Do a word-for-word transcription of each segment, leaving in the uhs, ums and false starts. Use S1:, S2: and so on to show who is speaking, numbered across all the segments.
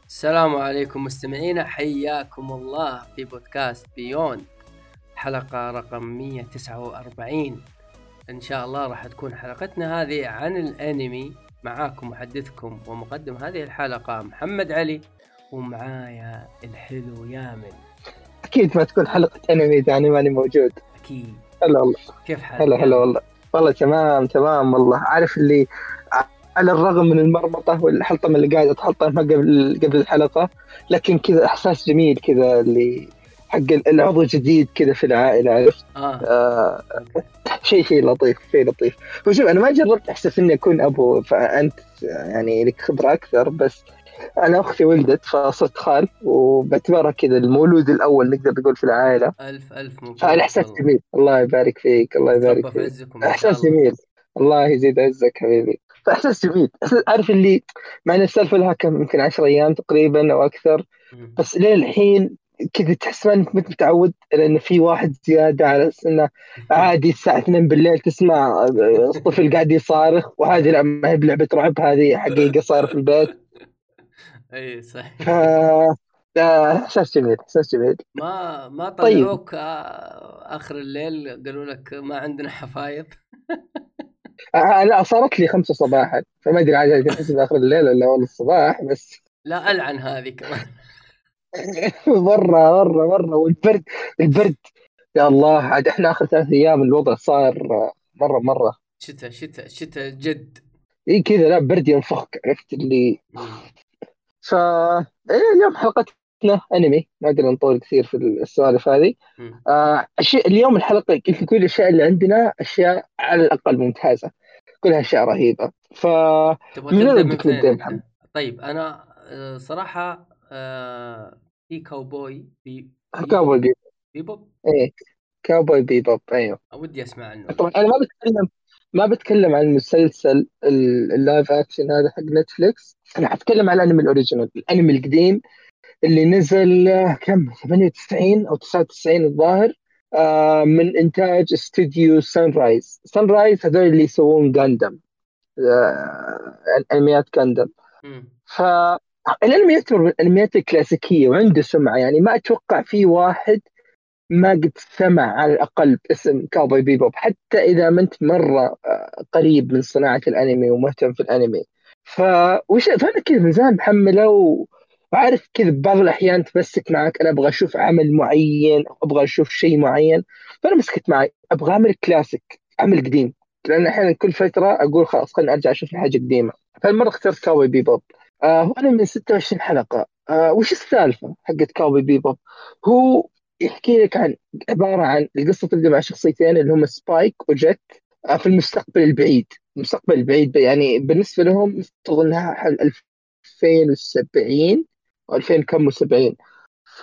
S1: السلام عليكم مستمعينا، حياكم الله في بودكاست بيوند حلقة رقم مية وتسعة وأربعين. إن شاء الله راح تكون حلقتنا هذه عن الأنمي. معاكم محدثكم ومقدم هذه الحلقة محمد علي، ومعايا الحلو يامن.
S2: أكيد ما تكون حلقة أنمي يعني ماني موجود.
S1: أكيد.
S2: هلا والله.
S1: كيف حالك؟
S2: هلا هلا والله. والله تمام تمام والله. عارف اللي على الرغم من المرمطة والحلطمة اللي قاعدة تحلطمها قبل قبل الحلقة، لكن كذا إحساس جميل كذا اللي حق العضو جديد كذا في العائلة، عرفت؟
S1: آه.
S2: آه شيء شيء لطيف شيء لطيف. وشوف أنا ما جربت أحسس إني أكون أبو، فأنت يعني لك خبرة أكثر، بس أنا أختي ولدت فصرت خال، وبعتبرها كذا المولود الأول نقدر نقول في العائلة.
S1: ألف ألف مبروك.
S2: فالإحساس جميل، الله يبارك فيك الله يبارك
S1: تربى في
S2: فيك.
S1: عزكم إن شاء
S2: إحساس
S1: الله.
S2: جميل، الله يزيد عزك حبيبي. فإحساس جميل، إحساس عارف اللي مع إن السالفة لها كم يمكن عشر أيام تقريبا أو أكثر،
S1: مم.
S2: بس لين الحين كذا تحس ما أنت مت- متعود، لأن في واحد زيادة على سنة. عادي الساعة اثنين بالليل تسمع الطفل قاعد يصارخ، وهذه لا ما هي بلعبة رعب، هذه حقيقة صار في البيت.
S1: أي صحيح.
S2: ف آه، إحساس جميل إحساس جميل.
S1: ما ما
S2: طيب
S1: طلعوك آه، آخر الليل قالوا لك ما عندنا حفايض؟
S2: آه لا، صارت لي خمسة صباحا، فما ادري عاد تنحسب اخر الليل ولا اول الصباح بس.
S1: لا ألعن هذه كمان.
S2: مره مره مره. والبرد البرد يا الله، عاد احنا اخر ثلاث ايام الوضع صار آه، مره مره.
S1: شتاء شتاء شتاء جد.
S2: اي كذا، لا برد ينفخك، عرفت اللي.
S1: مم.
S2: ف إيه اليوم حلقتنا انمي، ما ادري نطول كثير في السوالف هذه.
S1: مم.
S2: آه الشيء اليوم الحلقه قلت كل الاشياء اللي عندنا اشياء على الاقل ممتازه، كلها اشياء رهيبه. ف
S1: تبغى
S2: من وين
S1: تبدأ من
S2: ودك
S1: فين
S2: نبدا يا
S1: أنت؟
S2: محمد؟
S1: طيب أنا آه، صراحة آه، في كاوبوي بي
S2: كاوبوي
S1: بيبوب.
S2: بيبوب.
S1: بيبوب
S2: ايه كاوبوي بيبوب ايوه.
S1: ودي أسمع عنه.
S2: طبعا انا ما بتكلم ما بتكلم عن المسلسل ال- اللايف اكشن هذا حق نتفليكس، انا حتكلم عن الانمي الاوريجينال، الانمي القديم اللي نزل آه، كم ثمانية وتسعين او تسعة وتسعين الظاهر. آه، من انتاج استوديو سان رايز. سان رايز هذول اللي يسوون جاندم، آه، انميات جاندم.
S1: مم.
S2: فالانمي يعتبر من الانميات الكلاسيكيه وعنده سمعه، يعني ما اتوقع في واحد ما قد سمع على الأقل باسم كاوبوي بيبوب، حتى إذا ما أنت مرة آه، قريب من صناعة الأنمي ومهتم في الأنمي. ف وش فأنا كذا من زمان محمله و... وعارف كذا بعض الأحيان تمسك معك، أنا أبغى أشوف عمل معين أو أبغى أشوف شيء معين، فأنا مسكت معي أبغى عمل كلاسيك، عمل قديم، لأن أحيانا كل فترة أقول خلاص خليني أرجع أشوف حاجة قديمة. فالمرة اخترت كاوبوي بيبوب. آه هو أنا من ستة وعشرين حلقة. آه وش السالفة حقت كاوبوي بيبوب؟ هو يحكي لك عن عبارة عن القصة تبدأ مع شخصيتين اللي هم سبايك وجيت، آه، في المستقبل البعيد. المستقبل البعيد يعني بالنسبة لهم يفترض انها حول ألفين وسبعين او ألفين كم و70. ف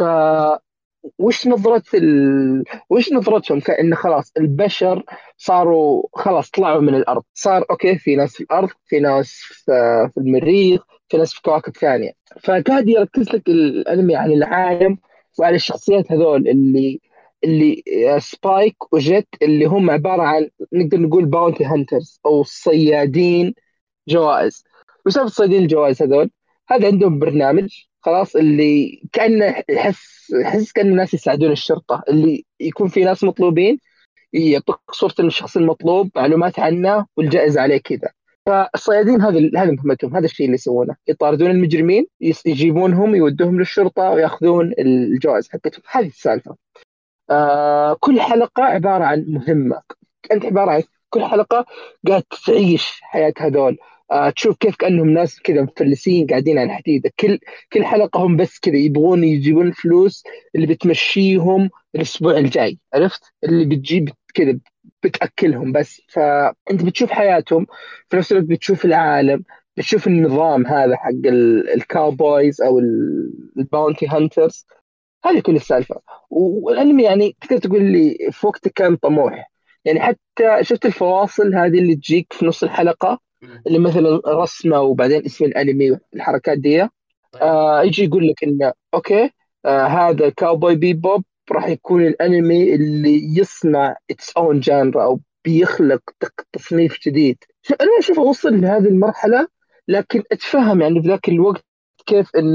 S2: وش نظرة ال... وش نظرتهم كأن خلاص البشر صاروا خلاص طلعوا من الأرض، صار أوكي في ناس في الأرض، في ناس في, في المريخ، في ناس في كواكب ثانية. فقاعد يركز لك الأنمي على العالم وعلى الشخصيات هذول اللي اللي سبايك وجيت، اللي هم عبارة عن نقدر نقول باونتي هانترز أو صيادين جوائز. وسالفة صيادين الجوائز هذول، هذا عندهم برنامج خلاص اللي كأنه يحس يحس كأن الناس يساعدون الشرطة، اللي يكون في ناس مطلوبين يعطوك صورة الشخص المطلوب، معلومات عنه والجائزة عليه كذا. فالصيادين هذا هذا مهمتهم، هذا الشيء اللي يسوونه، يطاردون المجرمين، يس- يجيبونهم يودوهم للشرطة وياخذون الجوائز حقتهم. هذه السالفة. آه كل حلقة عبارة عن مهمة، أنت عبارة عن كل حلقة قاعد تعيش حياة هذول. آه تشوف كيف كأنهم ناس كذا مفلسين قاعدين على حديدة، كل كل حلقة هم بس كذا يبغون يجيبون الفلوس اللي بتمشيهم الأسبوع الجاي، عرفت اللي بتجيب كذا بتأكلهم بس. فأنت بتشوف حياتهم، في نفس الوقت بتشوف العالم، بتشوف النظام هذا حق ال- الكاوبويز أو ال- الباونتي هانترز. هذه كل السالفة. والأنمي يعني تقدر تقول لي في وقته كان طموح، يعني حتى شفت الفواصل هذه اللي تجيك في نص الحلقة،
S1: مم.
S2: اللي مثلا رسمة وبعدين اسم الأنمي والحركات دي.
S1: طيب.
S2: آه يجي يقول لك إنه أوكي، آه هذا كاوبوي بيبوب راح يكون الأنمي اللي يصنع its own genre أو بيخلق تق- تصنيف جديد. شو- أنا أشوف أوصل لهذه المرحلة، لكن أتفهم يعني في ذاك الوقت كيف إنه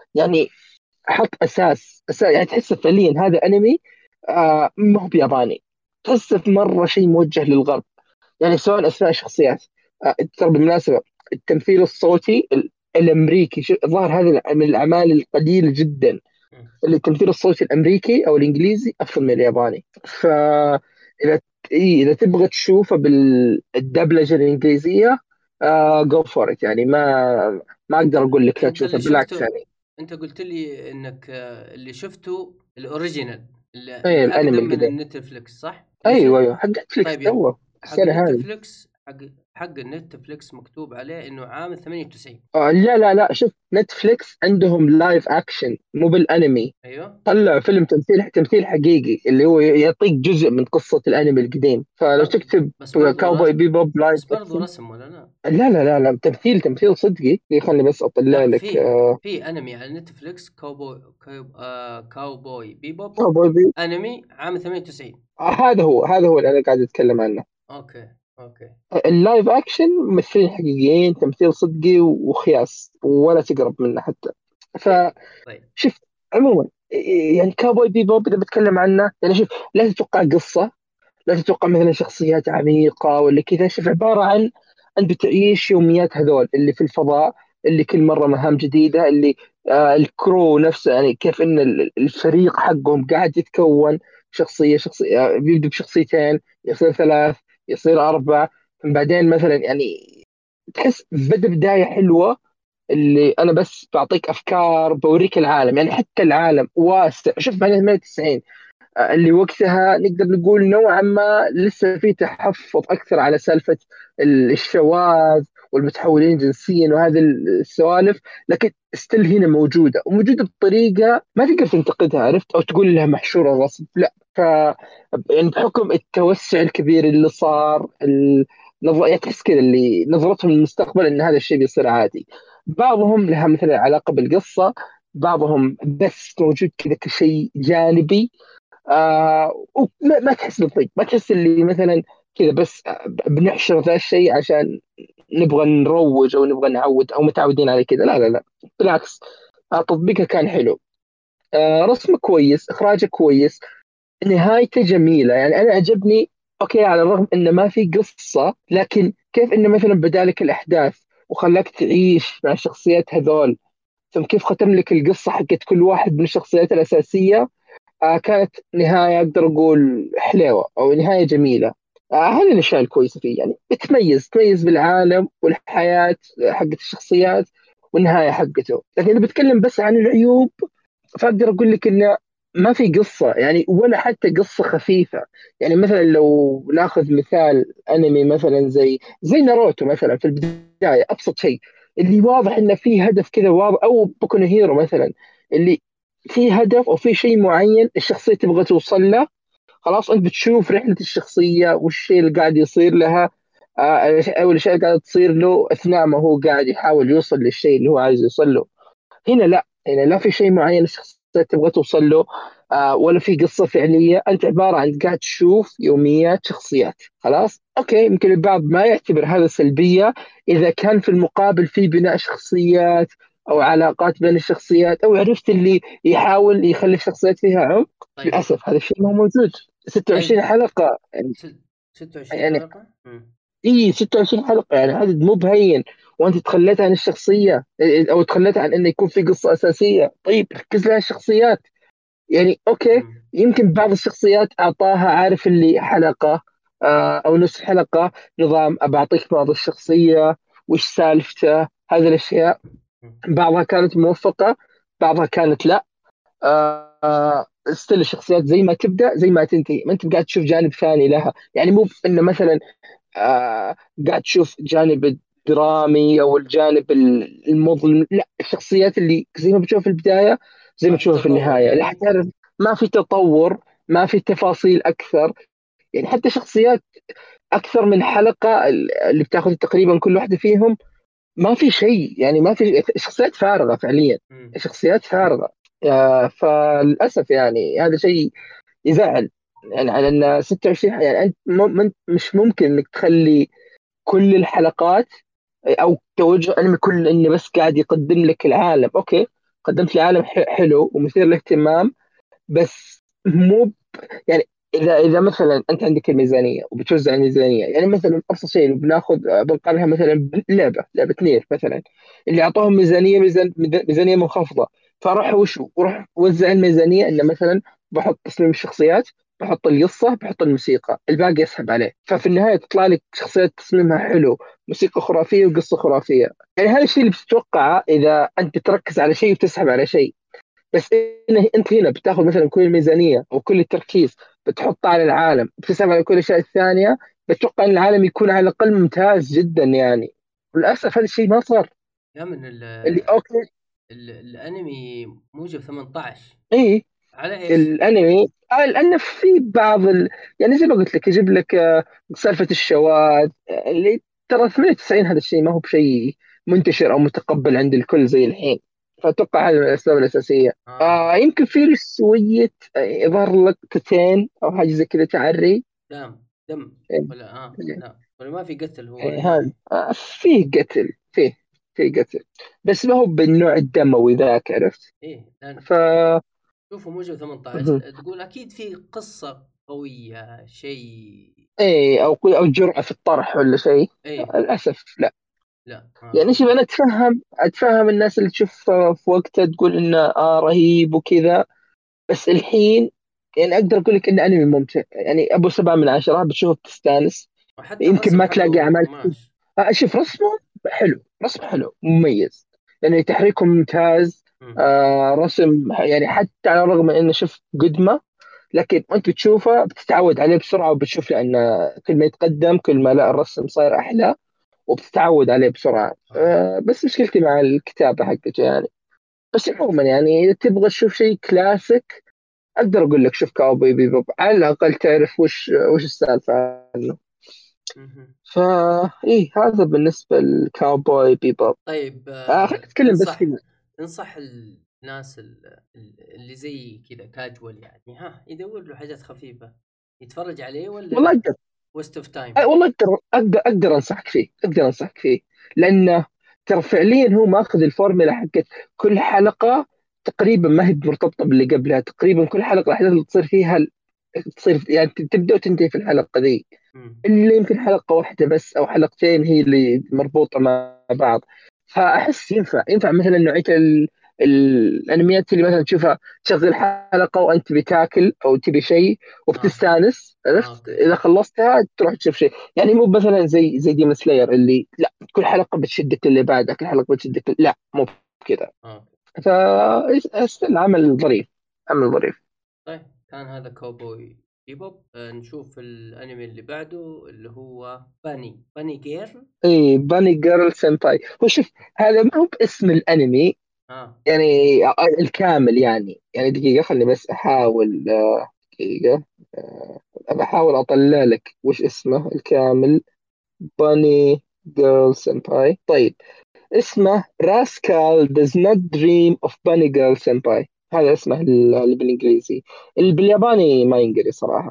S2: يعني حط اساس, أساس يعني تحسه فعليا هذا انمي آه ما هو بياباني, تحسه في مره شيء موجه للغرب. يعني سواء اسماء الشخصيات, آه ترى بالمناسبه التمثيل الصوتي ال- الامريكي, شو- الظاهر هذا من الاعمال القليله جدا
S1: مم.
S2: اللي التمثيل الصوتي الامريكي او الانجليزي افضل من الياباني. فاذا إيه اذا تبغى تشوفه بالدبلجه الانجليزيه, آه جو فور ات, يعني ما ما اقدر
S1: انت
S2: اقول لك لا
S1: انت
S2: تشوفه,
S1: اللي
S2: بالعكس
S1: شفته،
S2: يعني.
S1: انت قلت لي انك آه، اللي شفته الاوريجينال اللي
S2: اي
S1: اللي
S2: الانمي
S1: اقدم من
S2: القديم,
S1: النتفليكس، صح؟ اللي
S2: ايوه
S1: في.
S2: ايوه حق نتفلكس
S1: طيب يا
S2: تو
S1: حق
S2: السنه هذه.
S1: النتفليكس، حق حق النتفليكس مكتوب عليه انه عام ثمانية وتسعين.
S2: آه لا لا لا, شوف نتفلكس عندهم لايف اكشن مو بالانمي,
S1: ايوه.
S2: طلعوا فيلم تمثيل تمثيل حقيقي اللي هو يعطيك جزء من قصة الانمي القديم. فلو
S1: بر...
S2: تكتب
S1: بس برضو
S2: كاوبوي
S1: رسم،
S2: بيبوب لايف
S1: بس برضو
S2: اكشن,
S1: رسم ولا لا؟
S2: لا لا لا لا, تمثيل تمثيل صدقي. خليني بس اطلع
S1: لا،
S2: لك
S1: في
S2: آه
S1: في انمي على نتفليكس كاوبوي كاوب... آه كاوبوي بيبوب،
S2: كاوبوي بيبوب.
S1: انمي عام ثمانية وتسعين.
S2: آه هذا هو, هذا هو اللي انا قاعد اتكلم عنه.
S1: اوكي اوكي.
S2: اللايف اكشن ممثلين حقيقيين, تمثيل صدقي وخياس ولا تقرب منه حتى.
S1: طيب طيب.
S2: فشفت عموما, يعني كاوبوي بيبوب اذا بتكلم عنه, يعني شوف, لا تتوقع قصة, لا تتوقع مثلا شخصيات عميقة ولا كذا. شوف عبارة عن أنت بتعيش يوميات هذول اللي في الفضاء, اللي كل مرة مهام جديدة, اللي آه الكرو نفسه, يعني كيف إن ال- الفريق حقهم قاعد يتكون شخصية شخصية, آه بيبدأ بشخصيتين, يصير ثلاث, يصير أربع, بعدين مثلا يعني تحس بدأ بداية حلوة, اللي أنا بس بعطيك أفكار بوريك العالم, يعني حتى العالم واسع. شوف بعدين ثمانية وتسعين اللي وقتها نقدر نقول نوعا ما لسه في تحفظ اكثر على سالفه الشواذ والمتحولين جنسيا وهذه السوالف, لكن ستيل هنا موجوده, وموجوده بطريقه ما تقدر تنتقدها, عرفت, او تقول لها محشوره غصب, لا. ف يعني بحكم التوسع الكبير اللي صار, النظر... يعني تحس كذا اللي نظرتهم للمستقبل ان هذا الشيء بيصير عادي. بعضهم لها مثلا علاقه بالقصه, بعضهم بس موجود كذا كشيء جانبي. آه وما ما تحس بالضيق, ما تحس اللي مثلا كذا بس بنحشر ذا الشيء عشان نبغى نروج او نبغى نعود او متعودين على كذا, لا لا لا, بالعكس. آه تطبيقه كان حلو, آه رسمه كويس, اخراجه كويس, نهايته جميله. يعني انا عجبني, اوكي, على الرغم انه ما في قصه, لكن كيف انه مثلا بدالك الاحداث وخلاك تعيش مع الشخصيات هذول, ثم كيف ختم لك القصه حقت كل واحد من الشخصيات الاساسيه. آه كانت نهاية أقدر أقول حلوة أو نهاية جميلة. آه هذه الأشياء الكويسة فيه, يعني تميز تميز بالعالم والحياة حقت الشخصيات والنهاية حقته. لكن إذا بتكلم بس عن العيوب, فأقدر أقول لك إنه ما في قصة, يعني ولا حتى قصة خفيفة. يعني مثلا لو ناخذ مثال أنمي مثلا زي زي ناروتو مثلا, في البداية أبسط شيء اللي واضح إنه في هدف كذا واضح, أو بوكو نو هيرو مثلا, اللي في هدف او في شيء معين الشخصيه تبغى توصل له. خلاص انت بتشوف رحله الشخصيه والشيء اللي قاعد يصير لها, آه، او الاشياء اللي قاعده تصير له اثناء ما هو قاعد يحاول يوصل للشيء اللي هو عايز يوصل له. هنا لا, هنا لا في شيء معين الشخصيه تبغى توصل له, آه، ولا في قصه فعليه. انت عباره عن قاعد تشوف يوميات شخصيات. خلاص اوكي, يمكن البعض ما يعتبر هذا سلبيه اذا كان في المقابل في بناء شخصيات او علاقات بين الشخصيات, او عرفت اللي يحاول يخلي الشخصيات فيها عمق.
S1: طيب
S2: للاسف هذا الشيء ما هو موجود.
S1: طيب.
S2: ستة وعشرين حلقه يعني,
S1: ست- ستة وعشرين
S2: يعني
S1: حلقة. مم.
S2: اي ستة وعشرين حلقه يعني عدد مو بهين, وانت تخليت عن الشخصيه, او تخليت عن انه يكون في قصه اساسيه. طيب ركز لها الشخصيات. يعني اوكي,
S1: مم.
S2: يمكن بعض الشخصيات اعطاها, عارف اللي حلقه آه او نصف حلقه, نظام ابعطيك بعض الشخصيه وش سالفته, هذه الاشياء.
S1: مم.
S2: بعضها كانت موفقه, بعضها كانت لا. آه آه، ستيل الشخصيات زي ما تبدا زي ما تنتهي, ما انت قاعد تشوف جانب ثاني لها. يعني مو انه مثلا آه قاعد تشوف جانب الدرامي او الجانب المظلم, لا, الشخصيات اللي زي ما بتشوف في البدايه زي
S1: ما
S2: ما
S1: في
S2: تشوف في
S1: تطور
S2: النهايه, لا
S1: يعني.
S2: تعرف, ما في تطور, ما في تفاصيل اكثر. يعني حتى شخصيات اكثر من حلقه اللي بتاخذ تقريبا كل واحده فيهم, ما في شيء, يعني ما في شخصيات فارغه فعليا,
S1: مم.
S2: شخصيات فارغه. آه فللاسف يعني هذا شيء يزعل. يعني على ان ستة وعشرين, يعني انت م- مش ممكن انك تخلي كل الحلقات او توجه انمي كل انه بس قاعد يقدم لك العالم. اوكي, قدمت لي عالم ح- حلو ومثير للاهتمام، بس مو يعني اذا اذا مثلا انت عندك الميزانيه وبتوزع الميزانيه، يعني مثلا ابسط شيء لو بناخذ بنقارنها مثلا بلعبه لعبه نير مثلا، اللي اعطوهم ميزانيه ميزان ميزانيه منخفضه، فراح وش وراح وزع الميزانيه انه مثلا بحط تصميم الشخصيات، بحط القصه، بحط الموسيقى، الباقي اسحب عليه، ففي النهايه تطلع لك شخصيات تصميمها حلو، موسيقى خرافيه وقصه خرافيه. يعني هذا الشيء اللي بتتوقعه اذا انت بتركز على شيء وتسحب على شيء. بس إن انت هنا بتاخذ مثلا كل الميزانيه او كل التركيز بتحطه على العالم، بتسحب على كل الاشياء الثانيه، بتوقع ان العالم يكون على الاقل ممتاز جدا يعني. وللاسف هذا الشيء ما صار.
S1: يا من ال
S2: اللي اوكي.
S1: ال الانمي موجب ثمانية عشر
S2: اي
S1: على ايش؟
S2: الانمي آه، لانه في بعض ال... يعني زي ما قلت لك يجيب لك آه، سالفه الشواذ، آه، اللي ترى ثمانية وتسعين هذا الشيء ما هو بشيء منتشر او متقبل عند الكل زي الحين. فاتوقع هذه من الاسباب الاساسيه.
S1: اه
S2: آه يمكن في شويه آه، يظهر لك تتين او حاجه زي كذا تعري.
S1: دم دم
S2: إيه،
S1: ولا اه لا ولا ما في قتل هو
S2: إيه، هذا
S1: الماني؟
S2: آه، فيه قتل، فيه فيه قتل، بس ما هو بالنوع الدموي ذاك، عرفت.
S1: ايه لان
S2: ف
S1: شوفوا موجب ثمانية عشر تقول اكيد في قصة قوية شيء.
S2: ايه او او جرأة في الطرح ولا شيء.
S1: ايه
S2: للاسف لا.
S1: لا ما
S2: يعني شوف
S1: في.
S2: انا اتفهم اتفهم الناس اللي تشوف في وقتها تقول انه آه رهيب وكذا، بس الحين يعني اقدر اقول لك انه انمي ممتع، يعني ابو سبعة من عشرة بتشوفه بتستانس.
S1: وحتى
S2: يمكن
S1: الرسم
S2: ما تلاقي
S1: حقه
S2: اعمال كثير.
S1: ماش.
S2: آه شوف رسمه حلو، رسم حلو مميز، يعني تحريكه ممتاز.
S1: مم.
S2: آه رسم يعني حتى على الرغم من انه شوف قدمه، لكن انت بتشوفه بتتعود عليه بسرعه، وبتشوف لانه كل ما يتقدم كل ما لا الرسم صاير احلى، وبتتعود عليه بسرعة.
S1: آه.
S2: آه، بس مشكلتي مع الكتابة حقته يعني. بس عموما يعني إذا تبغى تشوف شيء كلاسيك أقدر أقول لك شوف كاوبوي بيبوب، على الأقل تعرف وش وش السالفة عنه.
S1: مهم.
S2: فا إيه هذا بالنسبة لكاوبوي بيبوب.
S1: طيب
S2: آه خلينا
S1: آه
S2: نتكلم بس
S1: تنصح
S2: كذا.
S1: تنصح الناس ال- ال- اللي زي كذا كاجوال يعني ها يدور له حاجات خفيفة يتفرج عليه ولا
S2: والله
S1: لا؟
S2: أقدر
S1: ويست اوف
S2: آه
S1: تايم.
S2: والله أقدر أقدر أقدر أنصحك فيه، أقدر أنصحك فيه، لأنه ترى فعليا هو ماخذ الفورمولا حقت كل حلقة تقريبا ما هي مرتبطة باللي قبلها، تقريبا كل حلقة الأحداث اللي تصير فيها تصير يعني تبدا وتنتهي في الحلقه ذي، الا يمكن حلقه واحده بس او حلقتين هي اللي مربوطه مع بعض. فاحس ينفع ينفع مثلا نوعيه ال... الانميات اللي مثلا تشوفها تشغل حلقه وانت بتاكل او تبي شيء
S1: اه
S2: وبتستانس،
S1: اه
S2: عرفت،
S1: اوكي
S2: اذا خلصتها تروح تشوف شيء. يعني مو مثلا زي زي ديمون سلاير اللي لا كل حلقه بتشدك اللي بعدها، كل حلقه بتشدك، لا مو كذا.
S1: اه.
S2: فاحس العمل ظريف، عمل ظريف.
S1: طيب كان هذا كوبوي بيبوب. آه نشوف الانمي اللي بعده اللي هو باني باني جير.
S2: اي باني جيرل سنباي. هو شوف هذا ما هو باسم الانمي
S1: اه
S2: يعني الكامل، يعني يعني دقيقة خليني بس احاول آه، دقيقة آه، بحاول اطلع لك وش اسمه الكامل. باني جيرل سنباي. طيب اسمه راسكال does not dream of bunny girl senpai. هذا اسمه ال- اللي بالانجليزي. اللي بالياباني ما ينقري صراحة.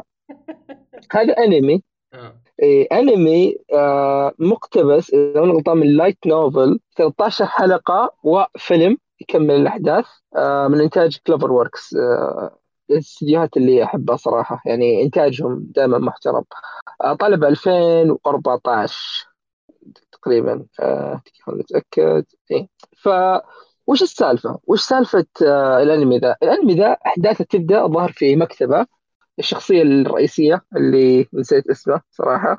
S2: هذا انمي.
S1: اه
S2: إيه انمي آه مقتبس اذا انا غلطان من لايت نوفل ثلاثة عشر حلقه وفيلم يكمل الاحداث، آه من انتاج كلوفر ووركس. آه الاستديوهات اللي احبها صراحه، يعني انتاجهم دائما محترم. آه طالع ب ألفين وأربعتاشر تقريبا. آه خلينا نتاكد. إيه ف وش السالفه؟ وش سالفه آه الانمي ذا؟ الانمي ذا احداثه تبدا ظهر في مكتبه. الشخصيه الرئيسيه اللي نسيت اسمه صراحه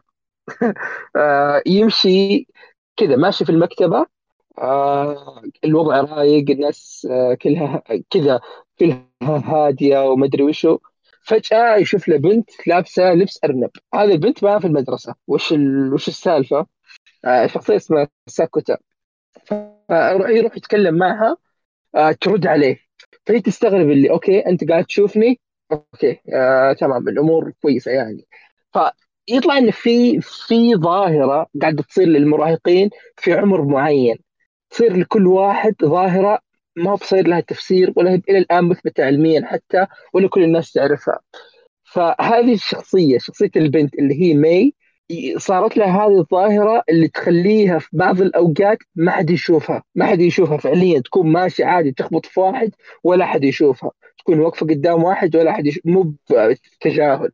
S2: آه، يمشي كذا ماشي في المكتبة. آه، الوضع رايق، الناس آه، كلها كذا كلها هادية ومدري وشو. فجأة يشوف له بنت لابسة لبس أرنب. هذه البنت معاه في المدرسة. وش ال... وش السالفة؟ آه، شخصية اسمها ساكوتا. فيروح يروح يتكلم معها، آه، ترد عليه. فهي تستغرب اللي اوكي انت قاعد تشوفني، اوكي آه تمام الامور كويسه يعني. فيطلع ان في في ظاهره قاعده تصير للمراهقين في عمر معين، تصير لكل واحد ظاهره ما هو بصير لها تفسير ولا هي الى الان مثبته علميا حتى، ولا كل الناس تعرفها. فهذه الشخصيه شخصيه البنت اللي هي مي صارت له هذه الظاهرة اللي تخليها في بعض الأوقات ما حد يشوفها، ما حد يشوفها فعليا، تكون ماشي عادي تخبط في واحد ولا حد يشوفها، تكون واقفة قدام واحد ولا حد يشوف، مو بتجاهل.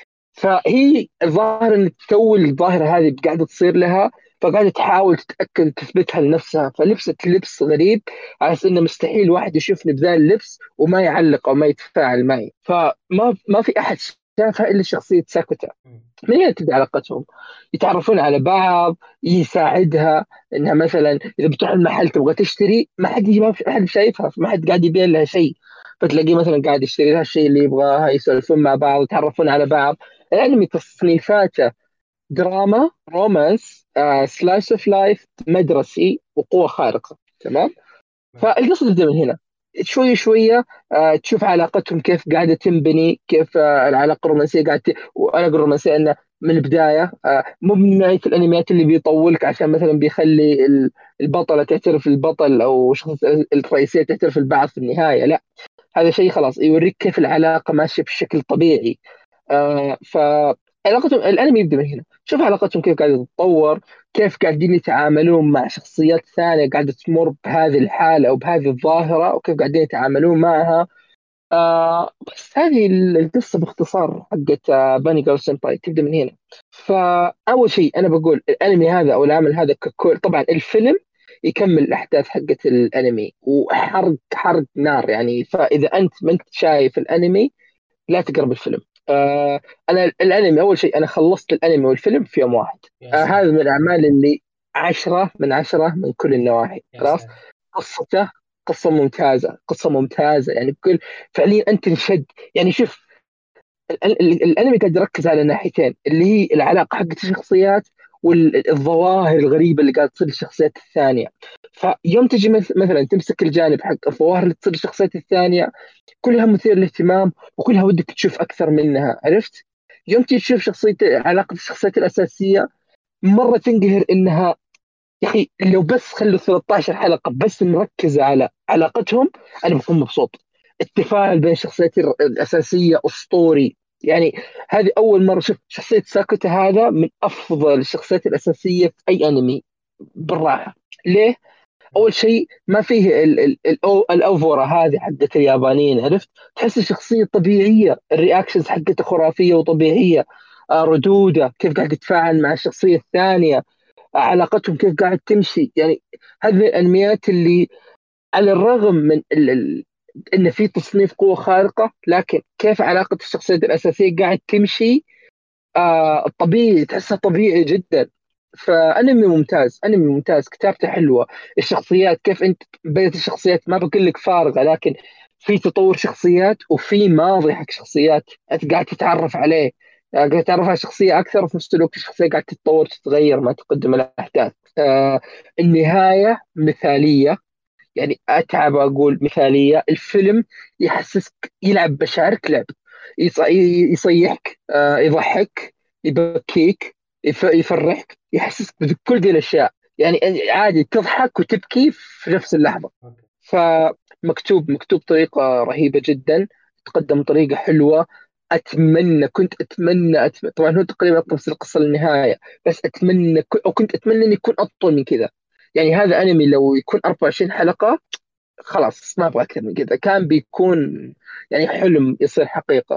S2: فهي الظاهر ان تو الظاهره هذه قاعده تصير لها، فقاعده تحاول تتاكد تثبتها لنفسها، فلبست لبس غريب على اساس انه مستحيل واحد يشوفني بذا اللبس وما يعلق او ما يتفاعل معي. فما ما في احد شافها الا شخصيه ساكوتا. من هنا تبدا علاقتهم، يتعرفون على بعض، يساعدها انها مثلا اذا بتروح المحل تبغى تشتري، ما حد ما حد شايفها، فما حد قاعد يبين لها شيء، فتلاقيه مثلا قاعد يشتري لها الشيء اللي يبغاها، يسولفون مع بعض، يتعرفون على بعض. الانمي تصنيفاته دراما، رومانس، آه، سلاش اوف لايف، مدرسي، وقوة خارقة. تمام. فالقصة تبدأ من هنا، شوي شوية آه، تشوف علاقتهم كيف قاعدة تنبني، كيف آه، العلاقة الرومانسية قاعدة ت... وأنا أقول الرومانسية أنه من البداية آه، مو من نوعية الأنميات اللي بيطولك عشان مثلا بيخلي ال- البطلة تعترف البطل أو الشخص الرئيسية تعترف البعض في النهاية، لا. هذا شيء خلاص يوريك كيف العلاقة ماشية بشكل طبيعي. آه فعلاقتهم الانمي يبدا من هنا، شوف علاقتهم كيف قاعده تتطور، كيف قاعدين يتعاملون مع شخصيات ثانيه قاعده تمر بهذه الحاله او بهذه الظاهره، وكيف قاعدين يتعاملون معها. آه بس هذه القصه باختصار حقت آه باني جيرل سمباي تبدا من هنا. فاول شيء انا بقول الانمي هذا او العمل هذا ككل، طبعا الفيلم يكمل الاحداث حقت الانمي وحرق حرق نار يعني، فاذا انت ما انت شايف الانمي لا تقرب الفيلم. آه انا الانمي اول شيء انا خلصت الانمي والفيلم في يوم واحد.
S1: يا
S2: آه هذا
S1: ساتر.
S2: من الاعمال اللي عشرة من عشرة من كل النواحي.
S1: يا
S2: خلاص.
S1: ساتر.
S2: قصته قصة ممتازة، قصة ممتازة يعني بكل، فعليا أنت انشد. يعني شوف ال- ال- الأنمي قاعد يركز على ناحيتين، اللي هي العلاقة حقت الشخصيات والظواهر الغريبة اللي قاعد تصير للشخصيات الثانية. فيوم تجي مث- مثلا تمسك الجانب حق الظواهر اللي تصير للشخصيات الثانية، كلها مثير للاهتمام وكلها ودك تشوف أكثر منها، عرفت؟ يوم تيجي تشوف شخصية علاقة الشخصيات الأساسية، مرة تنقهر إنها، يا اخي لو بس خلوا ثلاثة عشر حلقه بس نركز على علاقتهم انا بكون مبسوط. التفاعل بين الشخصيات الر- الاساسيه اسطوري يعني. هذه اول مره شفت شخصيه ساكوتا، هذا من افضل الشخصيات الاساسيه في اي انمي بالراحه. ليه؟ اول شيء ما فيه ال ال ال الاوفورا هذه حقت اليابانيين، عرفت؟ تحس الشخصيه طبيعيه، الرياكشنز حقته خرافيه وطبيعيه. آه، ردوده كيف قاعد يتفاعل مع الشخصيه الثانيه، علاقتهم كيف قاعد تمشي يعني. هذه الانميات اللي على الرغم من ال... ال... ان في تصنيف قوة خارقة، لكن كيف علاقة الشخصيات الأساسية قاعد تمشي آه طبيعي، تحسها طبيعي جدا. فانمي ممتاز، انمي ممتاز، كتابته حلوة، الشخصيات كيف انت بنيت الشخصيات، ما بقول لك فارغة، لكن في تطور شخصيات وفي ماضي حق شخصيات انت قاعد تتعرف عليه. آه، قاعد تتعرف على شخصية أكثر، وفي نفس الوقت الشخصية قاعد تتطور تتغير مع تقدم الأحداث. آه النهاية مثالية، يعني اتعب اقول مثاليه. الفيلم يحسسك يلعب بشعرك لعب، يص- يصيحك، آه، يضحك، يبكيك، يف- يفرحك، يحسسك بكل دي الاشياء، يعني عادي تضحك وتبكي في نفس اللحظه.
S1: أوكي.
S2: فمكتوب مكتوب بطريقه رهيبه جدا، تقدم بطريقه حلوه. اتمنى كنت اتمنى, أتمنى طبعا هو تقريبا نفس القصه للنهايه، بس اتمنى ك- او كنت اتمنى انه يكون اطول من كذا. يعني هذا انمي لو يكون أربعة وعشرين حلقه خلاص ما ابغى اكثر من كذا، كان بيكون يعني حلم يصير حقيقة.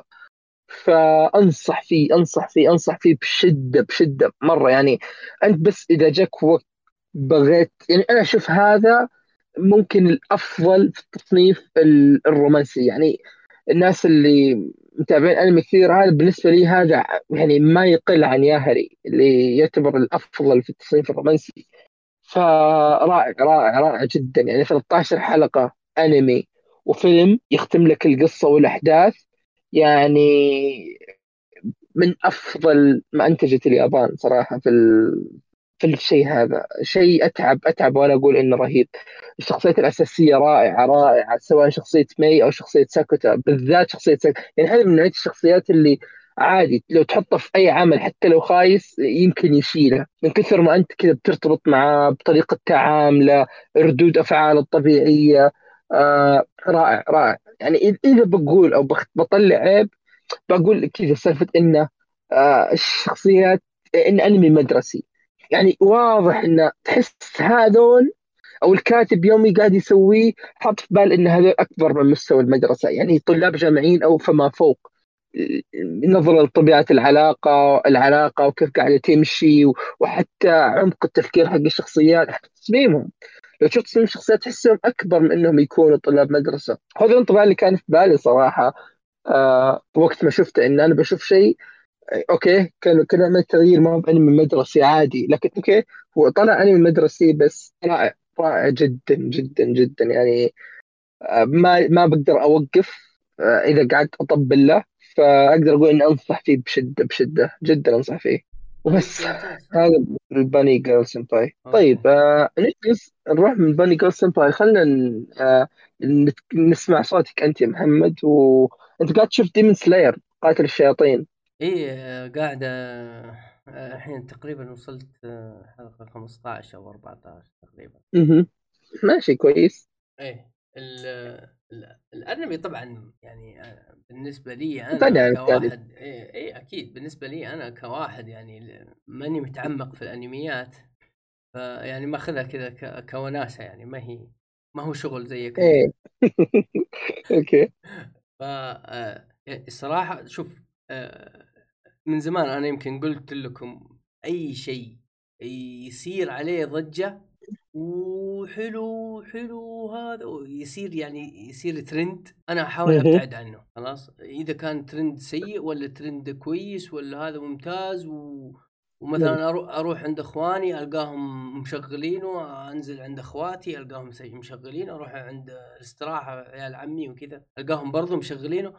S2: فانصح فيه انصح فيه انصح فيه بشدة بشدة مرة يعني. انت بس اذا جاك وقت بغيت، يعني انا اشوف هذا ممكن الافضل في التصنيف ال- الرومانسي يعني. الناس اللي متابعين انمي كثير، هذا بالنسبة لي هذا يعني ما يقل عن ياهري اللي يعتبر الافضل في التصنيف الرومانسي. فرائع رائع رائع جدا يعني. ثلاثة عشر حلقة أنمي وفيلم يختم لك القصة والأحداث يعني، من أفضل ما أنتجت اليابان صراحة في ال... في الشيء هذا. شيء أتعب أتعب وأنا أقول إنه رهيب. الشخصيات الأساسية رائعة رائعة، سواء شخصية مي أو شخصية ساكوتا، بالذات شخصية ساكوتا يعني. هذه من نوعية الشخصيات اللي عادي لو تحطه في أي عمل حتى لو خايس يمكن يشيله، من كثر ما أنت كذا بترتبط معاه بطريقة تعامله، ردود أفعاله الطبيعية. آه رائع رائع يعني. إذ- إذا بقول أو بخ- بطلع عيب، بقول كذا سالفة إنه آه الشخصيات إن أنمي مدرسي. يعني واضح إن تحس هذول او الكاتب يومي قاعد يسويه حط في بال ان هذول اكبر من مستوى المدرسه، يعني طلاب جامعيين او فما فوق، نظرا لطبيعه العلاقه العلاقه وكيف قاعده تمشي، وحتى عمق التفكير حق الشخصيات، حتى تصميمهم. لو شفت تصميم الشخصيات تحسهم اكبر من انهم يكونوا طلاب مدرسه. هذا الانطباع اللي كان في بالي صراحه. آه وقت ما شفت ان انا بشوف شيء اوكي، كان كان عمل تغيير، ما هو بانمي مدرسي عادي، لكن اوكي هو طلع انمي مدرسي بس رائع، رائع جدا جدا جدا يعني. آه، ما ما بقدر اوقف. آه، اذا قعدت اطبل له فاقدر اقول اني انصح فيه بشده بشده جدا، انصح فيه.
S1: طيب
S2: وبس.
S1: ممتاز.
S2: هذا الباني جيرل سمباي.
S1: اوكي.
S2: طيب آه نجلس نروح من باني جيرل سمباي. خلينا ن- آه نت- نسمع صوتك انت يا محمد، وانت قاعد تشوف ديمون سلاير قاتل الشياطين.
S1: ايه آه، قاعدة آه، الحين تقريبا وصلت آه، حلقة خمسة عشر او أربعة عشر تقريبا.
S2: مهم. ماشي كويس.
S1: ايه ال ال الانمي طبعا يعني آه، بالنسبة لي
S2: غني
S1: انا
S2: عن التعريف.
S1: كواحد ايه, إيه اكيد بالنسبة لي انا كواحد يعني ماني متعمق في الانميات، فيعني ماخذها كذا ك- كوناسة، يعني ما هي ما هو شغل زيك انت.
S2: ايه. اوكي.
S1: ف آه، الصراحة شوف، آه، من زمان أنا يمكن قلت لكم أي شيء يصير عليه ضجة وحلو حلو هذا يصير يعني يصير ترند، أنا أحاول
S2: مهم.
S1: أبتعد عنه خلاص. إذا كان ترند سيء ولا ترند كويس ولا هذا ممتاز و... ومثلا أروح أروح عند إخواني ألقاهم مشغلينه، أنزل عند إخواتي ألقاهم سي- مشغلين، أروح عند الاستراحة عيال عمي وكذا ألقاهم برضو مشغلينه.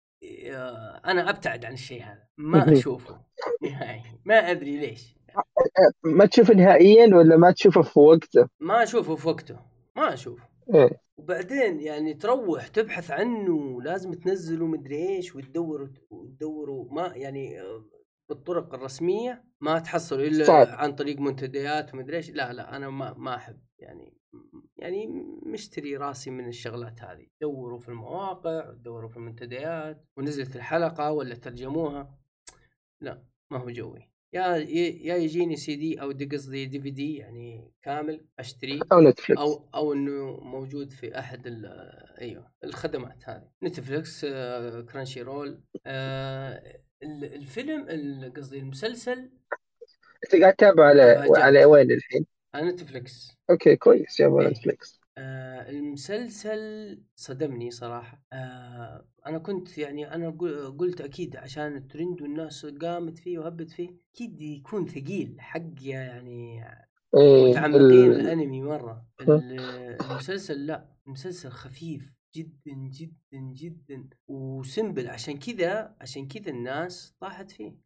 S1: آه، انا ابتعد عن الشيء هذا، ما
S2: مهم.
S1: اشوفه نهائي، ما ادري ليش.
S2: ما تشوفه نهائيا ولا ما تشوفه في وقته؟
S1: ما اشوفه في وقته، ما اشوفه.
S2: ايه.
S1: وبعدين يعني تروح تبحث عنه لازم تنزله مدري ايش وتدور وتدوروا، ما يعني آه، بالطرق الرسمية ما تحصله
S2: صعب.
S1: الا عن طريق منتديات ومدري ايش. لا لا انا ما ما احب يعني، يعني مشتري راسي من الشغلات هذه. دوروا في المواقع، دوروا في المنتديات، ونزلت الحلقة ولا ترجموها، لا ما هو جوي. يا يا يجيني سي دي او دي قصدي دي في دي يعني كامل اشتريه،
S2: او نتفلكس.
S1: او او انه موجود في احد ال- ايوه الخدمات هذه، نتفلكس، آه، كرانشي رول، آه، ال- الفيلم ال- قصدي المسلسل.
S2: انت قاعد تتابع على
S1: تفاجأت.
S2: على وين الحين؟
S1: على نتفلكس.
S2: اوكي كويس، يابا
S1: ايه.
S2: نتفلكس.
S1: آه المسلسل صدمني صراحة. آه أنا كنت يعني أنا قل- قلت أكيد عشان الترند والناس قامت فيه وهبت فيه أكيد يكون ثقيل حق يعني
S2: ايه
S1: متعمقين
S2: ال...
S1: الأنمي مرة. ال- المسلسل لا، المسلسل خفيف جدا جدا جدا وسمبل، عشان كذا عشان كذا الناس طاحت فيه.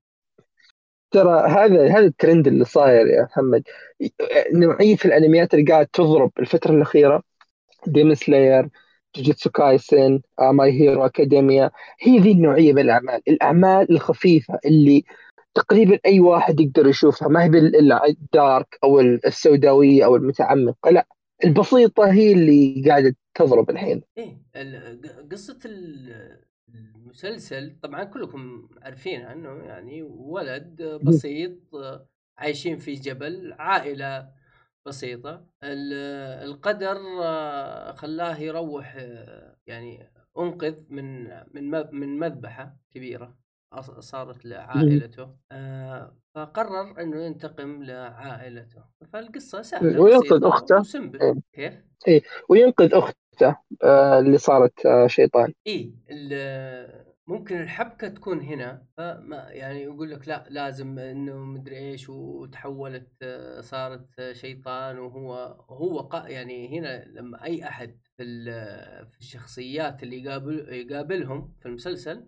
S2: ترى هذا هذا الترند اللي صاير يا محمد. نوعية الانميات اللي قاعد تضرب الفترة الأخيرة، ديمون سلاير، جوجيتسو كايسن، ماي هيرو اكاديميا، هي ذي النوعية من الأعمال، الأعمال الخفيفة اللي تقريبا أي واحد يقدر يشوفها، ما هي بال- الدارك أو السوداوية أو المتعمقة، لا، البسيطة هي اللي قاعدة تضرب الحين.
S1: ايه ال- ق- قصة ال- المسلسل طبعا كلكم عارفينها، انه يعني ولد بسيط آه، عايشين في جبل، عائلة بسيطة. ال- القدر آه، خلاه يروح آه، يعني انقذ من من م- من مذبحة كبيرة أص- صارت لعائلته، آه، فقرر انه ينتقم لعائلته. فالقصة سهلة
S2: وينقذ
S1: بسيطة
S2: أخته.
S1: وسمبل.
S2: إيه.
S1: كيف؟
S2: إيه. وينقذ أخته آه، اللي صارت آه، شيطان.
S1: إيه ال- ممكن الحبكة تكون هنا، فما يعني يقول لك لا لازم انه مدري ايش وتحولت آه، صارت آه، شيطان، وهو هو قا يعني هنا لما اي احد في ال- في الشخصيات اللي يقابل يقابلهم في المسلسل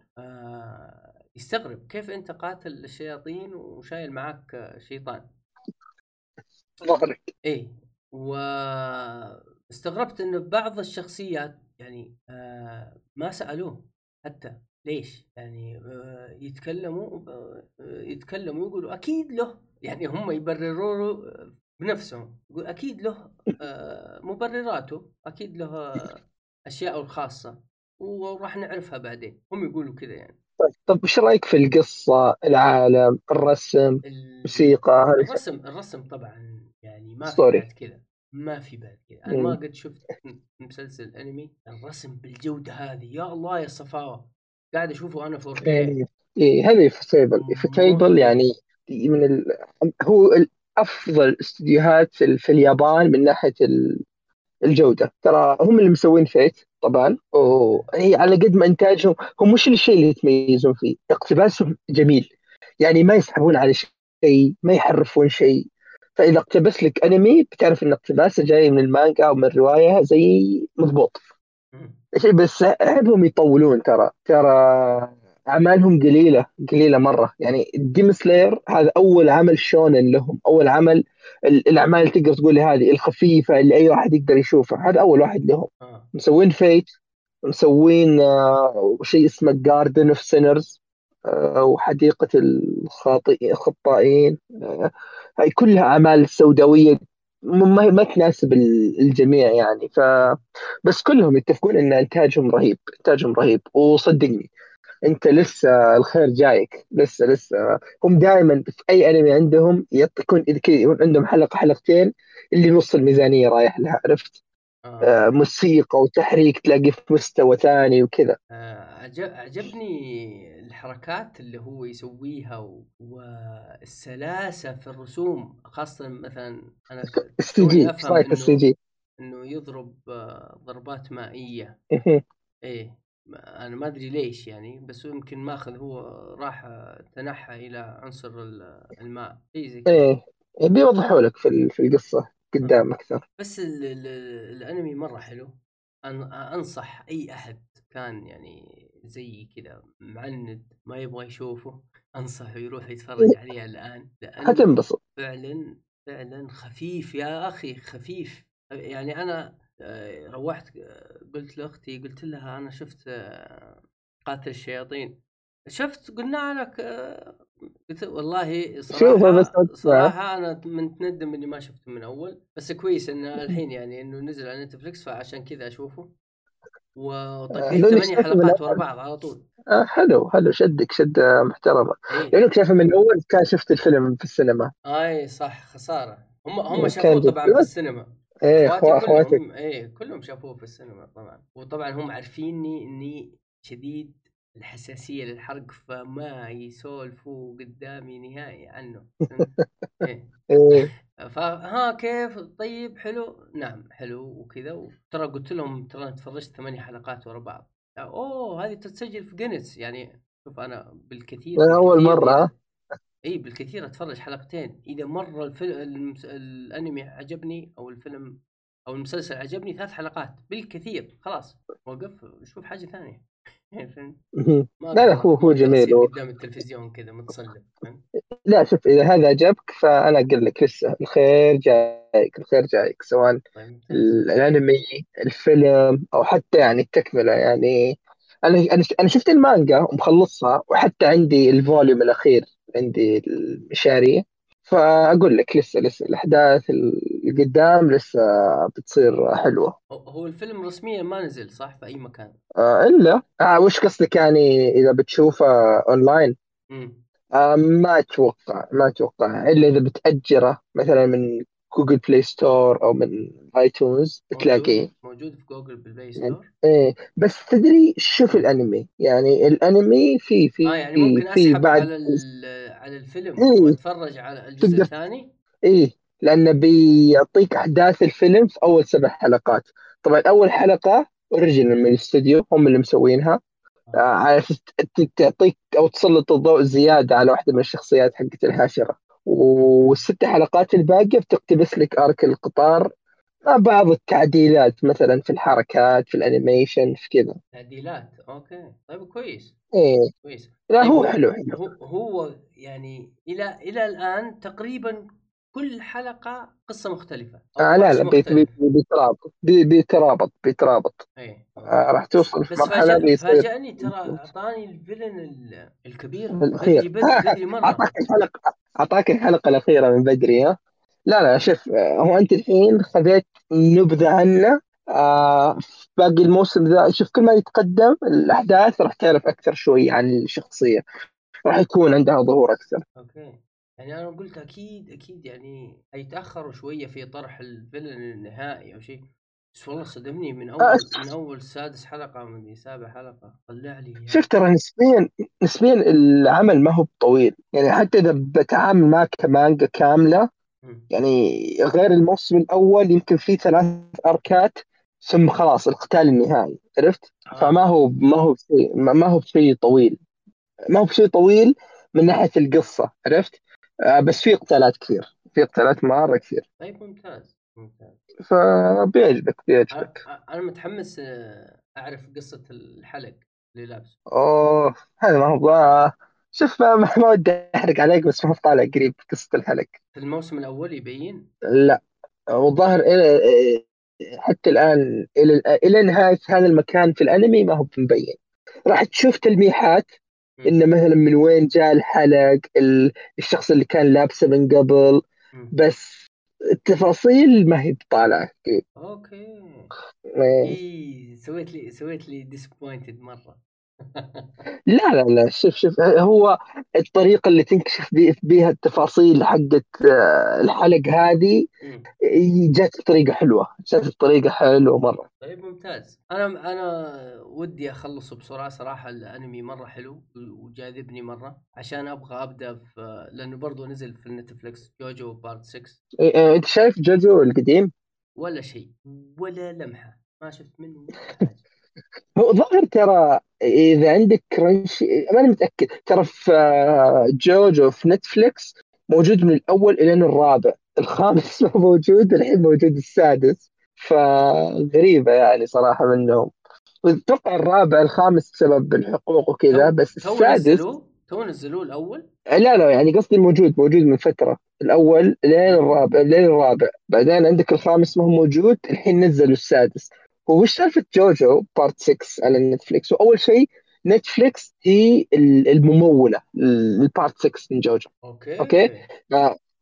S1: آه، يستغرب كيف انت قاتل الشياطين وشايل معك آه، شيطان.
S2: ظهرك.
S1: ايه. واستغربت انه بعض الشخصيات يعني آه ما سألوه حتى ليش، يعني آه يتكلموا آه يتكلموا يقولوا اكيد له، يعني هم يبرروا له بنفسهم، يقول اكيد له آه مبرراته، اكيد له آه اشياء الخاصة وراح نعرفها بعدين، هم يقولوا كذا يعني.
S2: طب وش رايك في القصه، العالم، الرسم،
S1: ال-
S2: موسيقى، هذه الأشياء؟
S1: الرسم الرسم طبعا يعني ما في
S2: ستوري.
S1: بعد كذا. ما في بعد كذا، انا ما
S2: مم.
S1: قد شفت مسلسل انمي الرسم بالجودة هذه، يا الله يا الصفاوة. قاعد اشوفه انا فور كيه.
S2: إيه. إيه هذه فتيبل، فتيبل
S1: مذهل.
S2: يعني من ال... هو ال- افضل استديوهات في, ال... في اليابان من ناحيه الجودة. ترى هم اللي مسوين فيت طبعا، وهي على قد ما إنتاجهم، هم مش الشيء اللي يتميزون فيه، اقتباسهم جميل. يعني ما يسحبون على شيء، ما يحرفون شيء. فإذا اقتبس لك أنمي بتعرف إن اقتباسه جاي من المانجا أو من الرواية زي مضبوط.
S1: مم.
S2: شيء بس عيبهم يطولون. ترى ترى أعمالهم قليلة قليلة مرة. يعني ديم سلاير هذا أول عمل شونن لهم، أول عمل. ال- الأعمال اللي تقدر تقول هذه الخفيفة اللي أي واحد يقدر يشوفها، هذا أول واحد لهم.
S1: اه.
S2: مسوين فيت، مسوين آه، شيء اسمه جاردن اوف سينرز، وحديقة الخاطئ الخطائين. آه، هاي كلها أعمال سوداوية، م- ما ما تناسب ال- الجميع يعني. ف بس كلهم يتفقون ان انتاجهم رهيب، انتاجهم رهيب. وصدقني انت لسه الخير جايك، لسه لسه. هم دائما في اي انمي عندهم يط- يكون اذا كذا يكون عندهم حلقه حلقتين اللي نص الميزانيه رايح لها، عرفت؟
S1: اه.
S2: آه، موسيقى وتحريك تلاقي في مستوى ثاني وكذا.
S1: آه، عجب عجبني الحركات اللي هو يسويها و... والسلاسة في الرسوم، خاصة مثلا أنا ك-
S2: السي جي،
S1: توني
S2: ايش
S1: أفهم
S2: رايك في السي
S1: إنه
S2: جي؟
S1: إنه يضرب آه، ضربات مائية. إيه. ما- أنا ما أدري ليش يعني، بس هو يمكن ماخذ هو راح آه، تنحى إلى عنصر ال- الماء، إيه زي كذا.
S2: ايه، بيوضحوا لك في ال- في القصه
S1: آه.
S2: قدام اكثر.
S1: بس ال ال الأنمي مرة حلو. أن أنصح أي أحد كان يعني زي كذا معند ما يبغى يشوفه، أنصحه يروح يتفرج عليه الآن، لأنه
S2: حتنبسط.
S1: فعلا فعلا خفيف يا أخي، خفيف. يعني أنا آه، روحت آه، قلت لأختي، قلت لها أنا شفت آه، قاتل الشياطين. شفت قلنا لك آه، قلت والله
S2: شوفه بس
S1: صراحة
S2: اسمع.
S1: صراحة أنا متندم إني ما شفته من أول، بس كويس إنه الحين يعني إنه نزل على نتفليكس فعشان كذا أشوفه. وطقيت
S2: لانك
S1: ثمانية
S2: شايفه من
S1: حلقات ورا بعض على طول.
S2: آه حلو حلو، شدك شدة محترمة.
S1: إيه.
S2: لأنك شايفه من أول كان شفت الفيلم في السينما.
S1: آي صح، خسارة. هم هم شافوه
S2: كان جد
S1: طبعا في
S2: حلو.
S1: السينما.
S2: إيه
S1: اخواتي
S2: أخو أخواتك.
S1: كلهم ايه كلهم شافوه في السينما طبعا، وطبعا هم عارفيني اني شديد الحساسية للحرق، فما يسولفوا قدامي نهائي عنه. فهمت؟ ايه.
S2: إيه.
S1: فها كيف طيب حلو، نعم حلو وكذا. ترى قلت لهم ترى أنا تفرجت ثمانية حلقات ورا بعض. اوه هذه تتسجل في جينيس يعني. شوف انا بالكثير
S2: أول
S1: بالكثير
S2: مرة.
S1: اذا اي بالكثير اتفرج حلقتين، اذا مره الفيلم المس... الانمي عجبني او الفيلم او المسلسل عجبني ثلاث حلقات بالكثير خلاص وقف شوف حاجه ثانيه. فهمت؟
S2: مهم.
S1: ما
S2: لا لا،
S1: اقدر
S2: هو
S1: ما
S2: هو
S1: اقدر
S2: جميل
S1: اصير
S2: هو.
S1: قدام التلفزيون كذا متصلب. فهمت؟
S2: لا شوف، إذا هذا عجبك فأنا أقول لك لسه الخير جايك، الخير جايك، سواء
S1: طيب ممتاز.
S2: ال- الأنمي، الفيلم، أو حتى يعني التكملة يعني. أنا أنا أنا شفت المانجا ومخلصها، وحتى عندي الفوليوم الأخير، عندي المشاري. فأقول لك لسه لسه الأحداث اللي قدام لسه بتصير حلوة.
S1: هو هو الفيلم رسميا ما نزل صح في اي مكان؟
S2: آه إلا آه وش قصدك يعني إذا بتشوفه أونلاين؟
S1: امم.
S2: آه ما أتوقع ما أتوقع إلا إذا بتأجره مثلا من جوجل بلاي ستور أو من آيتونز
S1: موجود
S2: بتلاقيه.
S1: موجود في جوجل بالبلاي
S2: يعني
S1: ستور.
S2: إيه، بس تدري شوف الأنمي، يعني الأنمي في
S1: اه
S2: في
S1: يعني ممكن
S2: في
S1: اسحب
S2: بعد.
S1: على ال- على الفيلم
S2: إيه
S1: واتفرج على الجزء
S2: تقدر.
S1: الثاني.
S2: إيه لأنه بيعطيك أحداث الفيلم في أول سبع حلقات. طبعا أول حلقة أوريجينال من الاستوديو، هم اللي مسوينها. آه،
S1: اه.
S2: على أساس ت- تعطيك أو تسلط الضوء زيادة على واحدة من الشخصيات حقت الحاشرة.
S1: مهم.
S2: والست حلقات الباقية بتقتبس لك أرك القطار، مع بعض التعديلات مثلا في الحركات، في الأنيميشن، في كذا.
S1: تعديلات اوكي طيب كويس.
S2: إيه.
S1: كويس.
S2: لا
S1: طيب
S2: هو
S1: هو
S2: حلو حلو.
S1: هو هو يعني الى الى الان تقريبا كل حلقة قصة مختلفة او
S2: آه لا
S1: وحش
S2: لا، بيت بيت
S1: مختلف.
S2: بيترابط بي- بيترابط بيترابط.
S1: ايه اوكي.
S2: آه راح
S1: بس
S2: توصل في
S1: بس
S2: مرحلة
S1: فاجأ
S2: بيصير
S1: فاجأني ترى، اعطاني الفيلن ال- الكبير بدري
S2: بالأخير.
S1: بدري بدري مرة.
S2: أعطاك الحلقة، أعطاك الحلقة الأخيرة من بدري ها. لا لا شوف، آه، هو أنت الحين خذيت نبذة عنه، آه في باقي الموسم ذا شوف، كل ما يتقدم الأحداث راح تعرف أكثر شوي عن الشخصية، راح يكون عندها ظهور أكثر.
S1: اوكي. يعني انا قلت اكيد اكيد يعني هيتاخروا شويه في طرح الفيلن النهائي او شيء، بس والله صدمني من
S2: آه
S1: اول من اول سادس حلقه من سابع حلقه طلع لي
S2: شوف
S1: اياه.
S2: ترى نسبيا نسبيا العمل ما هو طويل، يعني حتى إذا بتعامل معك كمانجا كاملة،
S1: مم.
S2: يعني غير الموسم الأول يمكن فيه ثلاث أركات، ثم خلاص القتال النهائي، عرفت؟ فما
S1: اه.
S2: هو ما هو شيء ما ما هو بشيء طويل، ما هو بشيء طويل من ناحية القصة، عرفت؟ آه بس في قتالات كثير، في قتالات مرة كثير،
S1: طيب ممتاز ممتاز.
S2: فبيعجبك
S1: انا
S2: بيعجبك.
S1: انا متحمس آه، اعرف قصه الحلق اللي لابسه.
S2: أوه هذا ما هو آه، شوف ما ما ما ودي أحرق عليك، بس ما هو طالع قريب قصة الحلق.
S1: في الموسم الاول يبين.
S2: لا، والظاهر إلى حتى الآن إلى إلى نهاية هذا المكان في الأنمي ما هو مبين. راح تشوف تلميحات
S1: مم.
S2: إنه مثلا من وين جاء الحلق، ال- الشخص اللي كان لابسه من قبل،
S1: مم.
S2: بس التفاصيل ما هي بطالعة.
S1: اوكي.
S2: إيه.
S1: اي سويت لي سويت لي ديسبوينتد مره.
S2: لا لا لا، شوف شوف هو الطريقة اللي تنكشف بي- بيها التفاصيل حقت آه، الحلق هذه،
S1: مم.
S2: جات بطريقة حلوة، جات بطريقة حلوة مرة.
S1: طيب ممتاز. انا انا ودي اخلصه بسرعه صراحه، الانمي مره حلو وجاذبني مره، عشان ابغى ابدا في، لانه برضو نزل في النتفليكس جوجو بارت ستة.
S2: إيه، إيه، انت شايف جوجو القديم؟
S1: ولا شيء، ولا لمحه ما شفت منه ولا حاجه.
S2: هو ظاهر ترى اذا عندك كرنش، ماني متاكد، ترى في آه، جوجو في نتفليكس موجود من الاول الى الرابع، الخامس ما موجود الحين، موجود السادس، فغريبه يعني صراحه منهم. اتوقع الرابع الخامس بسبب الحقوق
S1: تو
S2: وكذا، بس
S1: تو
S2: السادس.
S1: نزلوه تو نزلوه الاول.
S2: لا لا، يعني قصدي موجود موجود من فتره، الاول لين
S1: اه.
S2: الرابع لين الرابع، بعدين عندك الخامس ما هو موجود، الحين نزلوا السادس. هو وش سالفه جوجو بارت ستة على نتفليكس؟ واول شيء نتفليكس هي ال- المموله للبارت ستة من جوجو. اوكي.
S1: اوكي.
S2: ف...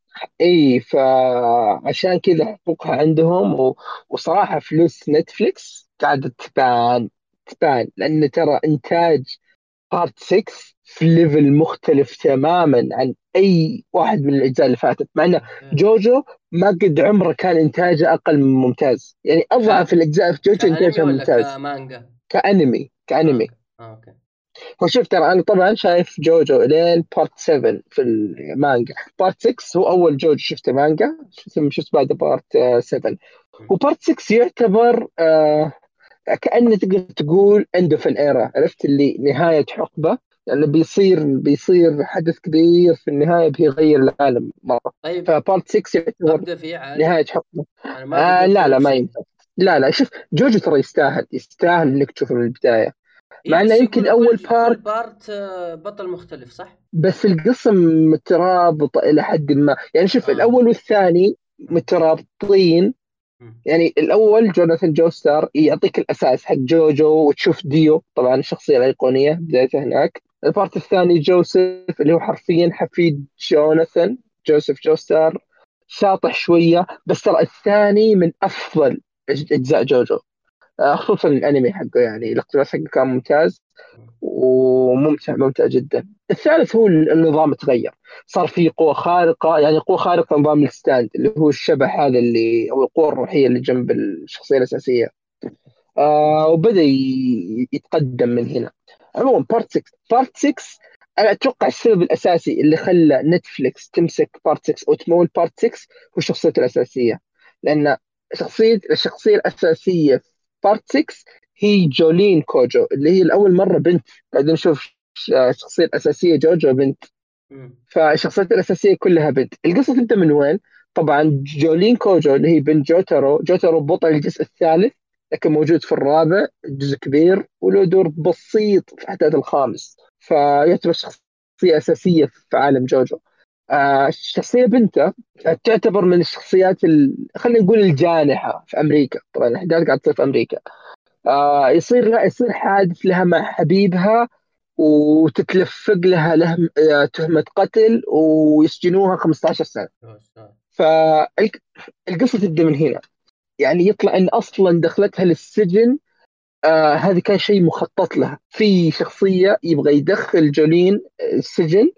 S2: اي فعشان كذا حقوقها عندهم و... وصراحه فلوس نتفليكس قاعده تبان، تبان لان ترى انتاج بارت ستة في ليفل مختلف تماما عن اي واحد من الاجزاء اللي فاتت، مع انه
S1: اوكي.
S2: جوجو ما قد عمره كان انتاجه اقل من ممتاز، يعني اضعف
S1: ك
S2: الاجزاء في جوجو
S1: كانمي
S2: انتاجها
S1: ولا
S2: ممتاز.
S1: كمانجا؟
S2: كانمي كانمي.
S1: مانجا. آه، اوكي.
S2: هو شوف ترى انا طبعا شايف جوجو لين بارت سبعة في المانجا، بارت ستة هو اول جوجو شفته مانجا، ثم شفت بعد بارت آه، سبعة.
S1: مم.
S2: وبارت ستة يعتبر آه كأنه تقدر تقول عنده في الإيرا، عرفت اللي نهاية حقبة، لأنه بيصير بيصير حدث كبير في النهاية بيغير العالم مرة.
S1: طيب
S2: فبارت ستة يعتبر
S1: ابدا فيه عادي؟
S2: نهاية حقبة.
S1: انا ما
S2: آه
S1: بديت
S2: لا لا
S1: ولا
S2: ما
S1: شيء.
S2: ينفع. لا لا شوف، جوجو ترى يستاهل يستاهل انك تشوفه من البداية،
S1: اي
S2: مع انه
S1: بس
S2: يمكن
S1: يقولوا
S2: اول
S1: كل كل
S2: بارت،
S1: بارت آه، بطل مختلف صح؟
S2: بس القصة مترابطة الى حد ما، يعني شوف
S1: اه.
S2: الاول والثاني
S1: مم.
S2: مترابطين.
S1: مم.
S2: يعني الاول جوناثان جوستار يعطيك الاساس حق جوجو، وتشوف ديو طبعا الشخصيه الايقونيه بدايته هناك. البارت الثاني جوزيف اللي هو حرفيا حفيد جوناثان، جوزيف جوستار، شاطح شويه، بس ترى الثاني من افضل أج- اجزاء جوجو، آه، خصوصا الانمي حقه، يعني الاقتباس حقه كان ممتاز
S1: مم.
S2: وممتع، ممتع جدا. الثالث هو النظام تغير، صار في قوة خارقة، يعني قوة خارقة نظام الستاند اللي هو الشبح هذا اللي أو القوة الروحية اللي جنب الشخصية الأساسية. آه وبدأ ي- يتقدم من هنا. عموما بارت ستة، بارت ستة أنا أتوقع السبب الأساسي اللي خلى نتفليكس تمسك بارت ستة أو تمول بارت ستة هو الشخصية الأساسية، لأن شخصية الشخصية الأساسية في بارت ستة هي جولين كوجو، اللي هي لأول مرة بنت قاعدين نشوف الشخصية الأساسية جوجو بنت.
S1: مم.
S2: فالشخصيات الأساسية كلها بنت. القصة تبدأ من وين؟ طبعا جولين كوجو اللي هي بنت جوتارو، جوتارو بطل الجزء الثالث، لكن موجود في الرابع جزء كبير وله دور بسيط في الأحداث الخامس، فيعتبر شخصية أساسية في عالم جوجو. آه الشخصية بنته تعتبر من الشخصيات ال... خلينا نقول الجانحة في أمريكا، طبعا الأحداث قاعد تصير في أمريكا. آه يصير لا يصير حادث لها مع حبيبها، وتتلفق لها له آه، تهمة قتل ويسجنوها خمسة عشر سنة.
S1: يا ساتر.
S2: فالقصة تبدأ من هنا. يعني يطلع ان اصلا دخلتها للسجن آه هذا كان شيء مخطط له، في شخصيه يبغى يدخل جولين السجن،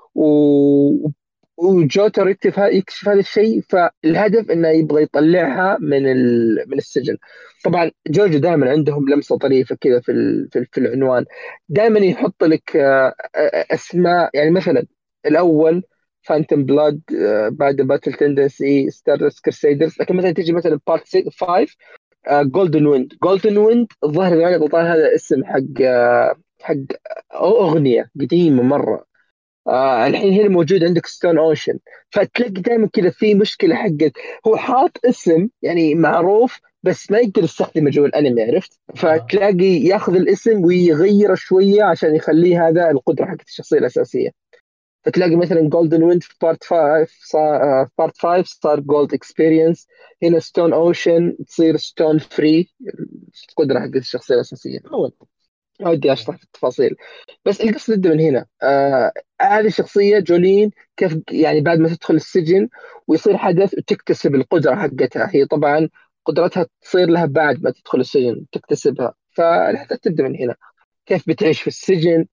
S2: و وجوتر يكتشف ها- يكتشف هذا الشيء، فالهدف انه يبغى يطلعها من ال... من السجن. طبعا جوجو دائما عندهم لمسه طريفه كذا في ال... في, ال... في العنوان، دائما يحط لك آه، آه، اسماء، يعني مثلا الاول فانتوم بلاد، بعد باتل تندنسي ستاردست كرسيدرز، لكن مثلا تجي مثلا بارت خمسة جولدن ويند. جولدن ويند الظاهر اذا انا غلطان هذا اسم حق آه، حق اغنيه قديمه مره. آه الحين هنا موجود عندك ستون اوشن، فتلاقي دائما كذا في مشكله حقت، هو حاط اسم يعني معروف بس ما يقدر يستخدمه جوا الانمي، عرفت؟
S1: اه.
S2: فتلاقي ياخذ الاسم ويغيره شويه عشان يخليه هذا القدره حقت الشخصيه الاساسيه. فتلاقي مثلا جولدن ويند في بارت خمسة صار آه، في بارت خمسة صار جولد اكسبيرينس، هنا ستون اوشن تصير ستون فري، القدره حقت الشخصيه الاساسيه. ما ودي اشرح في التفاصيل، بس القصة تبدأ من هنا. آه هذه الشخصية جولين كيف يعني بعد ما تدخل السجن ويصير حدث وتكتسب القدرة حقتها، هي طبعا قدرتها تصير لها بعد ما تدخل السجن تكتسبها، فالأحداث تبدأ من هنا، كيف بتعيش في السجن،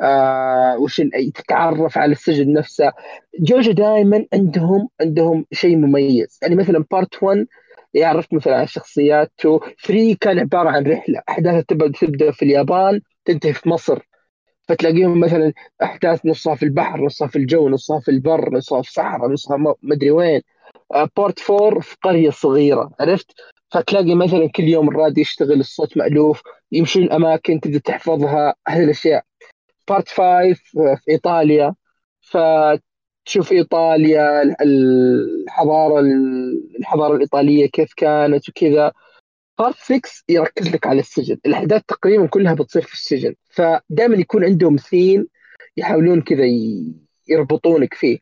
S2: آه وش ال- تتعرف على السجن نفسه. جوجو دائما عندهم عندهم شيء مميز، يعني مثلا بارت واحد يعرفك مثلا عن الشخصيات، تو ثلاثة كان عبارة عن رحلة أحداثها تبدأ تبدأ في اليابان تنتهي في مصر، فتلاقيهم مثلا احداث نصها في البحر، نصها في الجو، نصها في البر، نصها في صحراء، نصها ما مدري وين. آه، بورت فور في قرية صغيرة، عرفت؟ فتلاقي مثلا كل يوم الراديو يشتغل، الصوت مألوف، يمشون الأماكن تبدأ تحفظها، هذه الأشياء. بارت فايف في إيطاليا، فتشوف إيطاليا، الحضارة الحضارة الإيطالية كيف كانت وكذا. بارت ستة يركز لك على السجن، الاحداث تقريبا كلها بتصير في السجن، فدائما يكون عندهم ثيم يحاولون كذا ي- يربطونك فيه.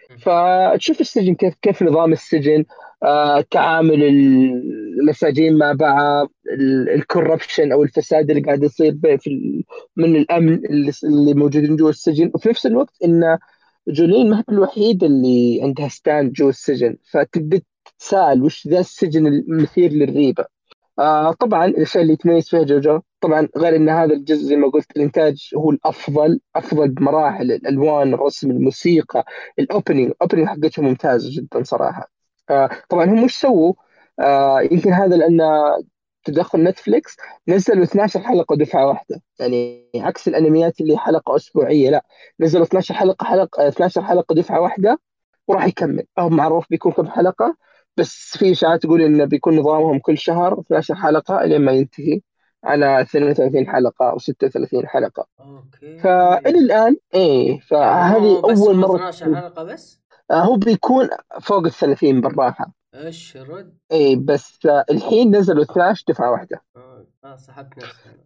S2: فتشوف السجن كيف كيف نظام السجن، آه، تعامل المساجين مع بعض، الكوربشن او الفساد اللي قاعد يصير ب- في ال- من الامن اللي, اللي موجودين جوا السجن، وفي نفس الوقت ان جولين ما هي الوحيده اللي عندها ستاند جوا السجن، فتبدا تتساءل وش ذا السجن المثير للريبه. آه طبعا الاشياء اللي يتميز فيها جوجو، طبعا غير ان هذا الجزء زي ما قلت الانتاج هو الافضل، افضل بمراحل، الالوان، الرسم، الموسيقى، الاوبننج الاوبننج حقتهم ممتازه جدا صراحه. آه طبعا هم مش سووا، آه يمكن هذا لان تدخل نتفليكس، نزلوا اثناشر حلقه دفعه واحده، يعني عكس الانميات اللي حلقه اسبوعيه، لا، نزلوا اثناشر حلقه حلقه اثناشر حلقه دفعه واحده، وراح يكمل، أو معروف بيكون كم حلقة، بس في إشاعات تقول إنه بيكون نظامهم كل شهر اثناشر حلقة لين ما ينتهي على اثنين وثلاثين حلقة أو ستة وثلاثين حلقة. فإلى
S1: اوكي.
S2: الآن إيه،
S1: يعني مو
S2: فهذه
S1: هو بس
S2: أول
S1: هو
S2: مرة
S1: اثناشر
S2: تكون-
S1: حلقة بس؟
S2: آه، هو بيكون فوق الثلاثين بالراحة.
S1: ايش رد؟
S2: إيه بس آه، الحين نزلوا اثناشر دفعة واحدة.
S1: اه، آه سحبت نفسي انا.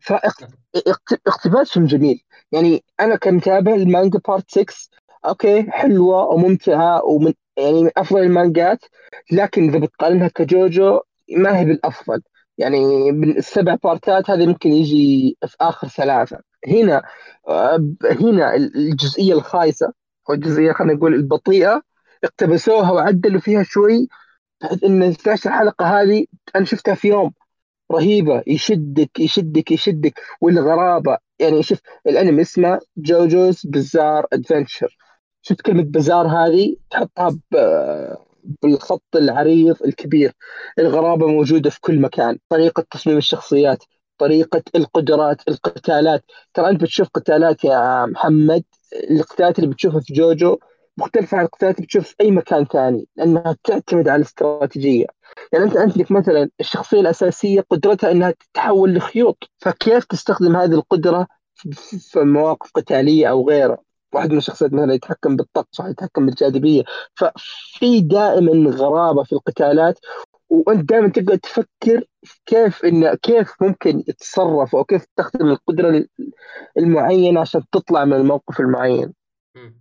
S2: فاقتباسهم جميل، يعني انا كمتابع المانجا بارت ستة، اوكي حلوه وممتعه ومن يعني من افضل المانجات، لكن اذا بتقارنها كجوجو ما هي بالافضل، يعني من السبع بارتات هذه ممكن يجي في اخر ثلاثه. هنا آه، هنا الجزئيه الخايسه او الجزئيه خلينا نقول البطيئه اقتبسوها وعدلوا فيها شوي، بحيث ان اثناشر حلقه هذه انا شفتها في يوم، رهيبة، يشدك يشدك يشدك. والغرابة يعني شوف، الانمي اسمه جوجوز بزار ادفنتشر، شوف كلمة بزار هذه تحطها ب- بالخط العريض الكبير، الغرابة موجودة في كل مكان، طريقة تصميم الشخصيات، طريقة القدرات، القتالات. ترى أنت بتشوف قتالات يا محمد، القتالات اللي بتشوفها في جوجو مختلفة عن القتالات اللي بتشوفها في أي مكان ثاني، لأنها تعتمد على الاستراتيجية. يعني انت عندك مثلا الشخصيه الاساسيه قدرتها انها تتحول لخيوط، فكيف تستخدم هذه القدره في في مواقف قتاليه او غيرها. واحد من الشخصيات مثلا يتحكم بالطقس، واحد يتحكم بالجاذبيه، ففي دائما غرابه في القتالات، وانت دائما تقعد تفكر كيف ان كيف ممكن يتصرف او كيف تستخدم القدره المعينه عشان تطلع من الموقف المعين.
S1: مم.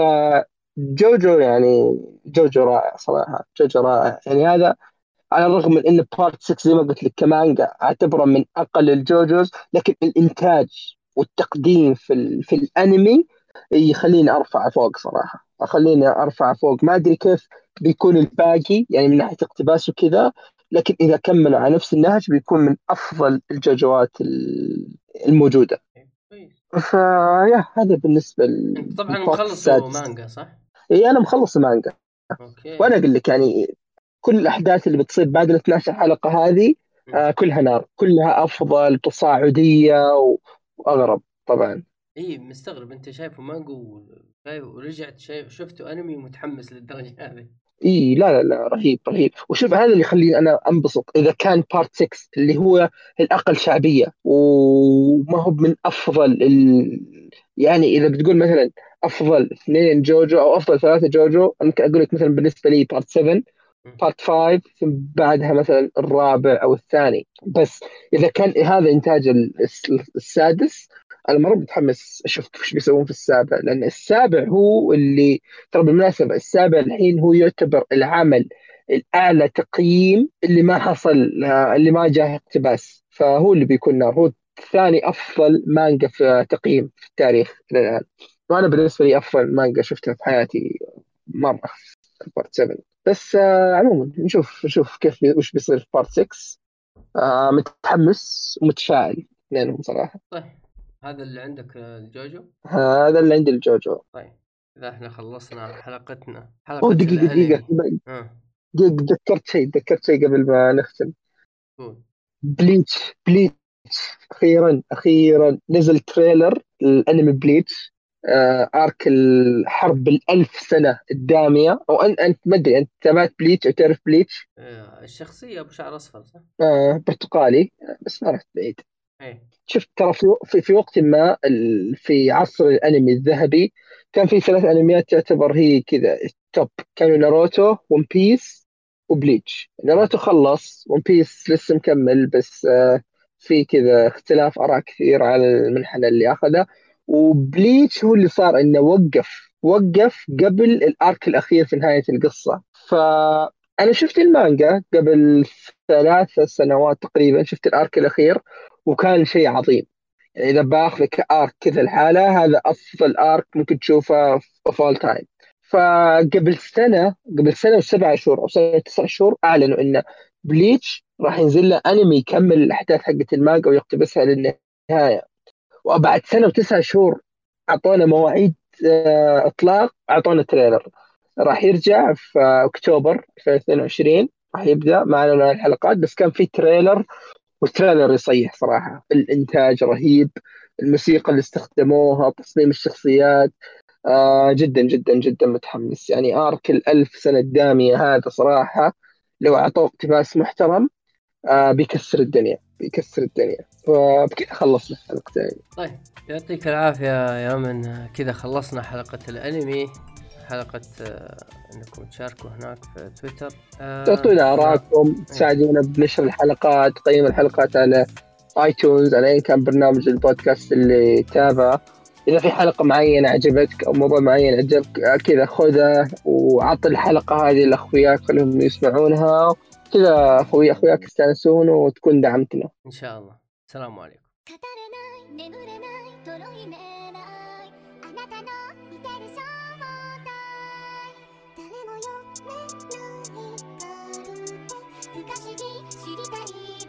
S2: فجوجو يعني جوجو رائع صراحه، جوجو رائع يعني. هذا على الرغم من ان بارت ستة زي ما قلت لك كمانجا اعتبره من اقل الجوجوز، لكن الانتاج والتقديم في ال... في الانمي يخليني ارفع فوق صراحه، خليني ارفع فوق. ما ادري كيف بيكون الباقي يعني من ناحيه اقتباس وكذا، لكن إذا كملوا على نفس النهج بيكون من أفضل الجوجوات ال- الموجودة.
S1: كويس.
S2: فيا هذا بالنسبة
S1: انت طبعا
S2: للبارت
S1: مخلصه
S2: السادس.
S1: مانجا صح؟
S2: إي أنا مخلص مانجا.
S1: اوكي.
S2: وأنا أقول لك يعني كل الأحداث اللي بتصير بعد ال اثنتي عشرة حلقة هذه
S1: م.
S2: آه كلها نار، كلها أفضل تصاعدية و- وأغرب طبعا.
S1: اي مستغرب انت شايفه مانجا و- شايف- ورجعت شايف شفته انمي ومتحمس للدرجة هذه.
S2: اي لا لا لا، رهيب رهيب. وشوف هذا اللي يخليني انا انبسط اذا كان بارت ستة اللي هو الاقل شعبيه وما هو من افضل ال... يعني اذا بتقول مثلا افضل اثنين جوجو او افضل ثلاثه جوجو، أنا ممكن اقول لك مثلا بالنسبه لي بارت سبعة،
S1: م.
S2: بارت خمسة، ثم بعدها مثلا الرابع او الثاني. بس اذا كان هذا انتاج الس- السادس، انا مره متحمس اشوف ايش بيسوون في السابع، لان السابع هو اللي، ترى بالمناسبه السابع الحين هو يعتبر العمل الاعلى تقييم اللي ما حصل، آه، اللي ما جاه اقتباس، فهو اللي بيكون نار. هو ثاني افضل مانجا في تقييم في التاريخ الى الان. وانا بالنسبه لي افضل مانجا شفتها في حياتي مره، بارت سبعة. بس آه عموما نشوف نشوف كيف بي وش بيصير في بارت ستة. آه متحمس ومتفائل اثنينهم صراحة.
S1: طيب هذا اللي عندك آه، الجوجو.
S2: هذا اللي عندي الجوجو.
S1: طيب اذا احنا خلصنا حلقتنا
S2: اوه
S1: حلقة
S2: دقيقة دقيقة
S1: الانمي. اه
S2: دقيقة، تذكرت شيء تذكرت شيء قبل ما نختم.
S1: قول.
S2: بليتش بليتش اخيرا اخيرا نزل تريلر الانمي بليتش. آه ارك الحرب الألف سنة الدامية. او انت انت ما ادري انت تابعت بليتش او تعرف بليتش؟
S1: آه الشخصية ابو شعر اصفر صح؟
S2: آه برتقالي، بس ما رحت بعيد.
S1: ايه.
S2: شفت ترى في في, في وقت ما ال- في عصر الانمي الذهبي كان في ثلاث انميات تعتبر هي كذا التوب، كانوا ناروتو، ون بيس، وبليتش.
S1: م.
S2: ناروتو خلص، ون بيس لسه مكمل، بس آه، في كذا اختلاف اراء كثير على المنحنى اللي اخذه. وبليتش هو اللي صار انه وقف وقف قبل الارك الاخير في نهاية القصة. فانا شفت المانجا قبل ثلاث سنوات تقريبا، شفت الارك الاخير وكان شيء عظيم. يعني اذا باخذك ارك كذا الحاله، هذا افضل ارك ممكن تشوفه في اول تايم. فقبل سنه قبل سنه وسبع شهور او سنه تسع شهور اعلنوا ان بليتش راح ينزل له انمي يكمل الاحداث حقت المانجا ويقتبسها للنهايه. وبعد سنه وتسع شهور اعطونا مواعيد آه، اطلاق، اعطونا تريلر راح يرجع في اكتوبر ألفين واثنين وعشرين، راح يبدا معنا مع الحلقات. بس كان في تريلر، والتريلر يصيح صراحة. الإنتاج رهيب، الموسيقى اللي استخدموها، تصميم الشخصيات، آه جدا جدا جدا متحمس. يعني آرك الألف سنة الدامية هذا صراحة لو أعطوه اقتباس محترم آه بيكسر الدنيا بيكسر الدنيا. فبكذا خلصنا حلقتين.
S1: طيب يعطيك العافية يا من، كذا خلصنا حلقة الانمي. حلقة آه، انكم تشاركوا هناك في تويتر. آه
S2: تعطونا
S1: انا
S2: آراءكم،
S1: إيه.
S2: تساعدونا بنشر الحلقات، تقييم الحلقات على ايتونز، على اي كان برنامج البودكاست اللي تابعه. اذا في حلقه معينه عجبتك او موضوع معين عجبك آه، كذا خذه وعط الحلقه هذه لاخوياك، خليهم يسمعونها كذا. اخوي اخوياك يستانسون وتكون دعمتنا.
S1: ان شاء الله. السلام عليكم.
S3: 語れない眠れないとろいめないあなたの見てる正体誰も読めないカルテ不可思議知りたい